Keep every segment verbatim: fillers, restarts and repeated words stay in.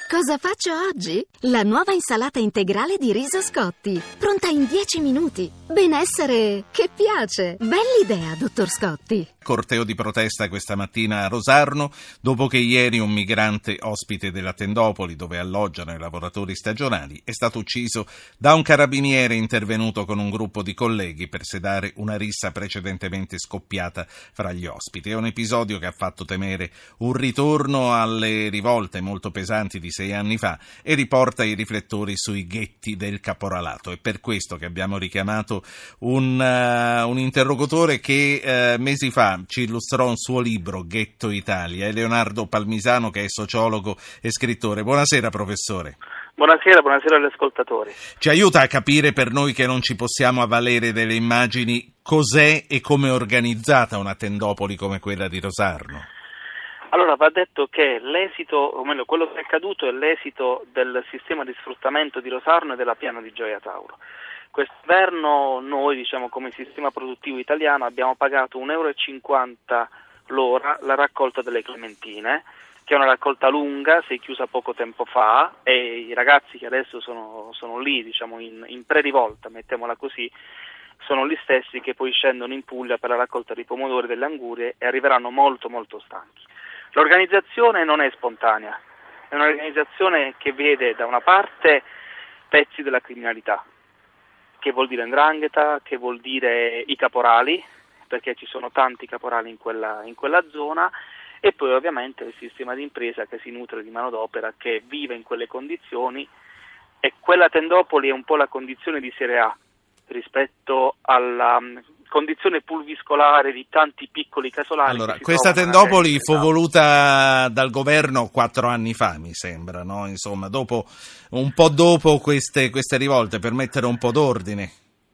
Cosa faccio oggi? La nuova insalata integrale di riso Scotti, pronta in dieci minuti. Benessere che piace. Bell'idea, dottor Scotti. Corteo di protesta questa mattina a Rosarno, dopo che ieri un migrante ospite della Tendopoli, dove alloggiano i lavoratori stagionali, è stato ucciso da un carabiniere intervenuto con un gruppo di colleghi per sedare una rissa precedentemente scoppiata fra gli ospiti. È un episodio che ha fatto temere un ritorno alle rivolte molto pesanti di sei anni fa e riporta i riflettori sui ghetti del caporalato. È per questo che abbiamo richiamato un, uh, un interlocutore che uh, mesi fa ci illustrò un suo libro, Ghetto Italia. È Leonardo Palmisano, che è sociologo e scrittore. Buonasera, professore. Buonasera, buonasera agli ascoltatori. Ci aiuta a capire, per noi che non ci possiamo avvalere delle immagini, cos'è e come è organizzata una tendopoli come quella di Rosarno? Allora, va detto che l'esito, o meglio, quello che è accaduto è l'esito del sistema di sfruttamento di Rosarno e della piana di Gioia Tauro. Quest'inverno noi, diciamo, come sistema produttivo italiano abbiamo pagato un euro e cinquanta l'ora la raccolta delle clementine, che è una raccolta lunga, si è chiusa poco tempo fa e i ragazzi che adesso sono, sono lì, diciamo, in, in pre-rivolta, mettiamola così, sono gli stessi che poi scendono in Puglia per la raccolta dei pomodori e delle angurie e arriveranno molto molto stanchi. L'organizzazione non è spontanea, è un'organizzazione che vede da una parte pezzi della criminalità, che vuol dire 'ndrangheta, che vuol dire i caporali, perché ci sono tanti caporali in quella, in quella zona, e poi ovviamente il sistema di impresa che si nutre di manodopera, che vive in quelle condizioni, e quella tendopoli è un po' la condizione di serie A rispetto alla um, condizione pulviscolare di tanti piccoli casolari. Allora, questa tendopoli fu voluta dal governo quattro anni fa, mi sembra, no? Insomma, dopo un po' dopo queste, queste rivolte, per mettere un po' d'ordine.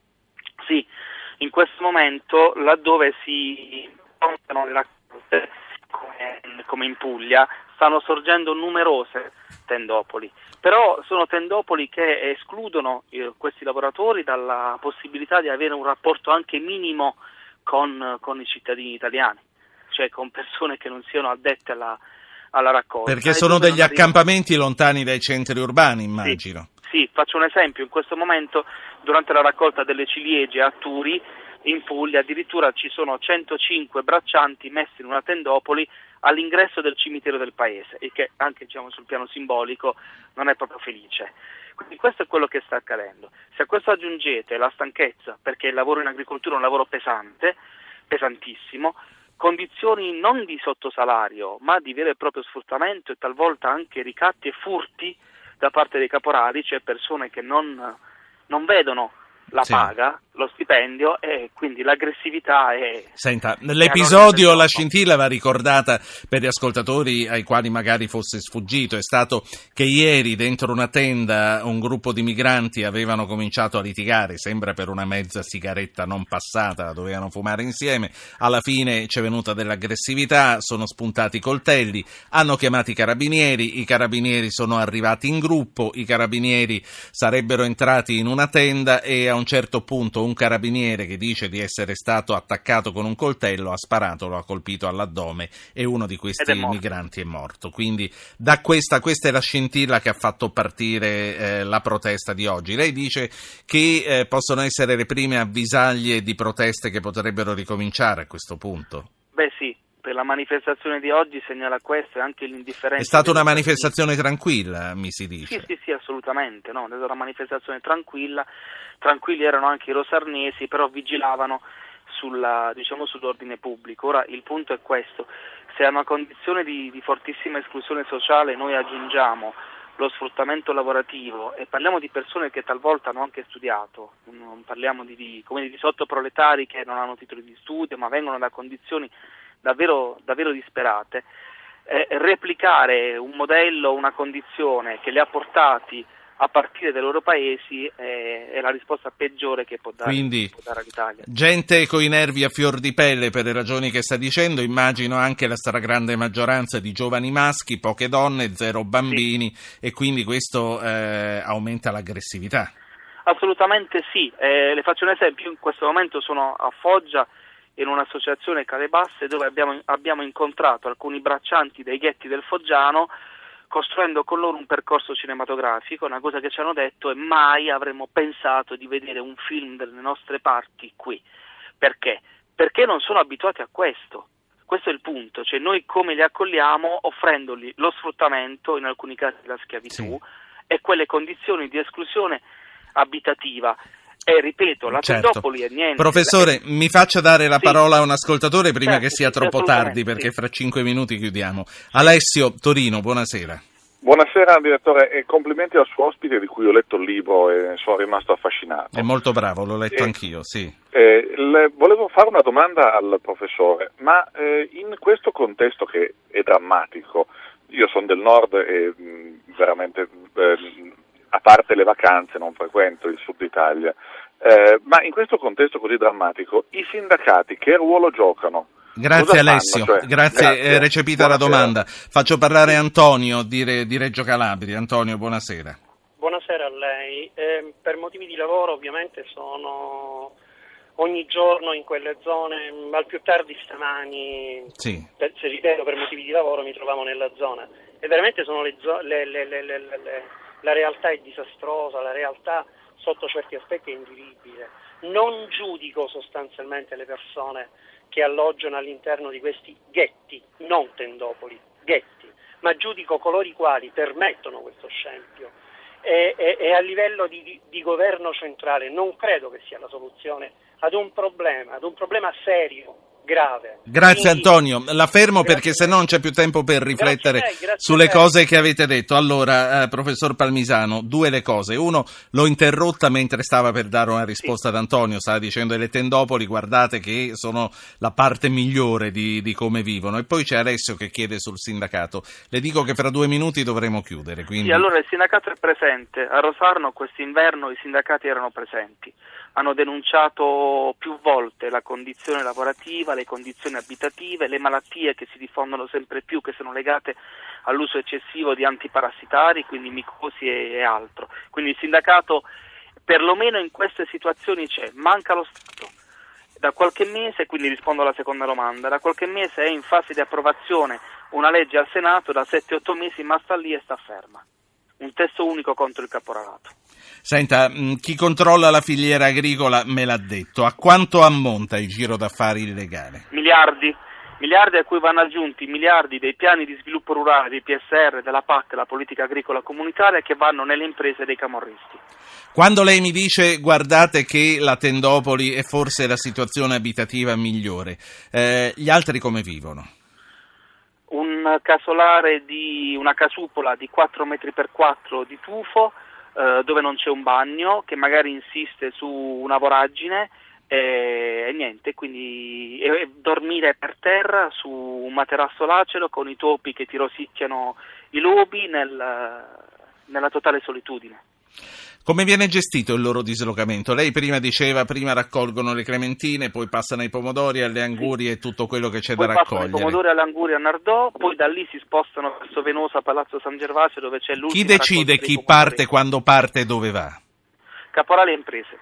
Sì, in questo momento, laddove si contano le raccolte, come, come in Puglia, stanno sorgendo numerose tendopoli. Però sono tendopoli che escludono eh, questi lavoratori dalla possibilità di avere un rapporto anche minimo con, con i cittadini italiani, cioè con persone che non siano addette alla, alla raccolta. Perché sono degli accampamenti lontani dai centri urbani, immagino. Sì, sì, faccio un esempio. In questo momento, durante la raccolta delle ciliegie a Turi, in Puglia, addirittura ci sono centocinque braccianti messi in una tendopoli all'ingresso del cimitero del paese, e che anche, diciamo, sul piano simbolico non è proprio felice. Quindi questo è quello che sta accadendo. Se a questo aggiungete la stanchezza, perché il lavoro in agricoltura è un lavoro pesante, pesantissimo, condizioni non di sottosalario, ma di vero e proprio sfruttamento e talvolta anche ricatti e furti da parte dei caporali, cioè persone che non, non vedono la sì. paga, lo stipendio, e quindi l'aggressività è... Senta, l'episodio, la scintilla va ricordata per gli ascoltatori ai quali magari fosse sfuggito, è stato che ieri dentro una tenda un gruppo di migranti avevano cominciato a litigare, sembra per una mezza sigaretta non passata, dovevano fumare insieme, alla fine c'è venuta dell'aggressività, sono spuntati i coltelli, hanno chiamato i carabinieri, i carabinieri sono arrivati in gruppo, i carabinieri sarebbero entrati in una tenda e a un certo punto un carabiniere che dice di essere stato attaccato con un coltello ha sparato, lo ha colpito all'addome e uno di questi è migranti è morto. Quindi da questa, questa è la scintilla che ha fatto partire eh, la protesta di oggi. Lei dice che eh, possono essere le prime avvisaglie di proteste che potrebbero ricominciare a questo punto? Beh sì, per la manifestazione di oggi segnala questo e anche l'indifferenza. È stata una manifestazione tranquilla, mi si dice. Sì, sì, sì, assolutamente, no, è stata una manifestazione tranquilla, tranquilli erano anche i rosarnesi, però vigilavano sulla, diciamo, sull'ordine pubblico. Ora il punto è questo: se a una condizione di, di fortissima esclusione sociale noi aggiungiamo lo sfruttamento lavorativo e parliamo di persone che talvolta hanno anche studiato, non parliamo di, di, come di sottoproletari che non hanno titoli di studio ma vengono da condizioni davvero, davvero disperate, eh, replicare un modello, una condizione che li ha portati a partire dai loro paesi è, è la risposta peggiore che può dare, Quindi, può dare all'Italia. Gente coi nervi a fior di pelle per le ragioni che sta dicendo, immagino anche la stragrande maggioranza di giovani maschi, poche donne, zero bambini, sì. E quindi questo eh, aumenta l'aggressività. Assolutamente sì, eh, le faccio un esempio: io in questo momento sono a Foggia in un'associazione Cale Basse dove abbiamo, abbiamo incontrato alcuni braccianti dei ghetti del Foggiano costruendo con loro un percorso cinematografico. Una cosa che ci hanno detto è: mai avremmo pensato di vedere un film delle nostre parti qui. Perché? Perché non sono abituati a questo. Questo è il punto, cioè noi come li accogliamo offrendogli lo sfruttamento, in alcuni casi la schiavitù, sì, e quelle condizioni di esclusione abitativa. E ripeto, la certo. Tendopoli è niente. Professore, è... mi faccia dare la sì. parola a un ascoltatore prima certo, che sia sì, troppo tardi, perché sì. fra cinque minuti chiudiamo. Alessio, Torino, buonasera. Buonasera direttore, e complimenti al suo ospite di cui ho letto il libro e sono rimasto affascinato. È molto bravo, l'ho letto eh, anch'io, sì. Eh, le, volevo fare una domanda al professore, ma eh, in questo contesto che è drammatico, io sono del nord e mh, veramente eh, a parte le vacanze non frequento il sud Italia, eh, ma in questo contesto così drammatico i sindacati che ruolo giocano? Grazie Alessio, fanno, cioè? grazie, grazie. Eh, recepita Buonasera. la domanda. Faccio parlare Antonio di, Re, di Reggio Calabria. Antonio, buonasera. Buonasera a lei. Eh, per motivi di lavoro ovviamente sono ogni giorno in quelle zone, al più tardi stamani, sì. per, se ripeto per motivi di lavoro mi trovavo nella zona e veramente sono le, le, le, le, le, le, la realtà è disastrosa, la realtà sotto certi aspetti è invivibile. Non giudico sostanzialmente le persone che alloggiano all'interno di questi ghetti, non tendopoli, ghetti, ma giudico coloro i quali permettono questo scempio e, e, e a livello di, di, di governo centrale non credo che sia la soluzione ad un problema, ad un problema serio, grave. Grazie Quindi, Antonio, la fermo grazie perché se no non c'è più tempo per riflettere grazie lei, grazie sulle lei. cose che avete detto. Allora, eh, professor Palmisano, due le cose. Uno, l'ho interrotta mentre stava per dare una risposta sì. ad Antonio, stava dicendo delle tendopoli, guardate che sono la parte migliore di, di come vivono. E poi c'è Alessio che chiede sul sindacato. Le dico che fra due minuti dovremo chiudere. Quindi... Sì, allora il sindacato è presente. A Rosarno quest'inverno i sindacati erano presenti. Hanno denunciato più volte la condizione lavorativa, le condizioni abitative, le malattie che si diffondono sempre più, che sono legate all'uso eccessivo di antiparassitari, quindi micosi e, e altro. Quindi il sindacato, perlomeno in queste situazioni c'è, manca lo Stato. Da qualche mese, quindi rispondo alla seconda domanda, da qualche mese è in fase di approvazione una legge al Senato, da sette otto mesi, ma sta lì e sta ferma. Un testo unico contro il caporalato. Senta, chi controlla la filiera agricola me l'ha detto. A quanto ammonta il giro d'affari illegale? Miliardi. Miliardi a cui vanno aggiunti miliardi dei piani di sviluppo rurale, dei P S R, della P A C, la politica agricola comunitaria, che vanno nelle imprese dei camorristi. Quando lei mi dice guardate che la Tendopoli è forse la situazione abitativa migliore, eh, gli altri come vivono? Un casolare di una casupola di quattro metri per quattro di tufo, eh, dove non c'è un bagno, che magari insiste su una voragine e, e niente, quindi e, e dormire per terra su un materasso lacero con i topi che ti rosicchiano i lobi nel, nella totale solitudine. Come viene gestito il loro dislocamento? Lei prima diceva, prima raccolgono le clementine, poi passano ai pomodori, alle angurie e tutto quello che c'è poi da passano raccogliere. I pomodori alle angurie a Nardò, poi da lì si spostano verso Venosa, Palazzo San Gervasio, dove c'è l'ultima. Chi decide chi parte, quando parte e dove va? Caporali e imprese.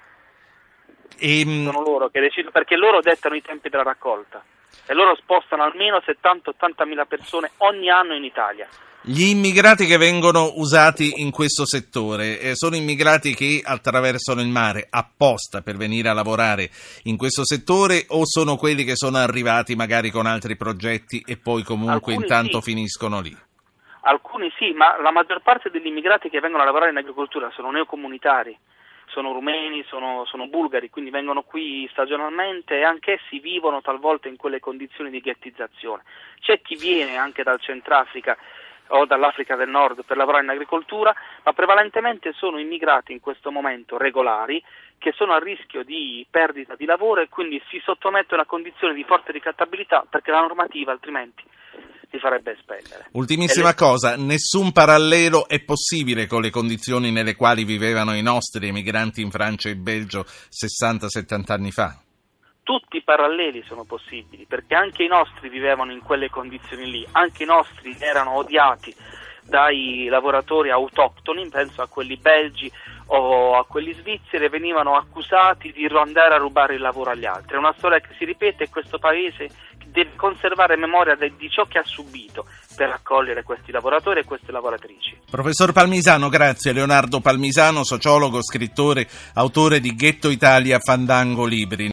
E, sono loro che decidono, perché loro dettano i tempi della raccolta e loro spostano almeno settanta ottantamila mila persone ogni anno in Italia. Gli immigrati che vengono usati in questo settore eh, sono immigrati che attraversano il mare apposta per venire a lavorare in questo settore, o sono quelli che sono arrivati magari con altri progetti e poi comunque Alcuni intanto sì. finiscono lì? Alcuni sì, ma la maggior parte degli immigrati che vengono a lavorare in agricoltura sono neocomunitari, sono rumeni, sono, sono bulgari, quindi vengono qui stagionalmente e anch'essi vivono talvolta in quelle condizioni di ghettizzazione. C'è chi viene anche dal Centrafrica o dall'Africa del Nord per lavorare in agricoltura, ma prevalentemente sono immigrati in questo momento regolari che sono a rischio di perdita di lavoro e quindi si sottomettono a condizioni di forte ricattabilità perché la normativa altrimenti li farebbe espellere. Ultimissima le... cosa, nessun parallelo è possibile con le condizioni nelle quali vivevano i nostri emigranti in Francia e Belgio sessanta settanta anni fa? Tutti i paralleli sono possibili, perché anche i nostri vivevano in quelle condizioni lì, anche i nostri erano odiati dai lavoratori autoctoni, penso a quelli belgi o a quelli svizzeri, venivano accusati di andare a rubare il lavoro agli altri. È una storia che si ripete e questo paese deve conservare memoria di ciò che ha subito, per accogliere questi lavoratori e queste lavoratrici. Professor Palmisano, grazie. Leonardo Palmisano, sociologo, scrittore, autore di Ghetto Italia, Fandango Libri.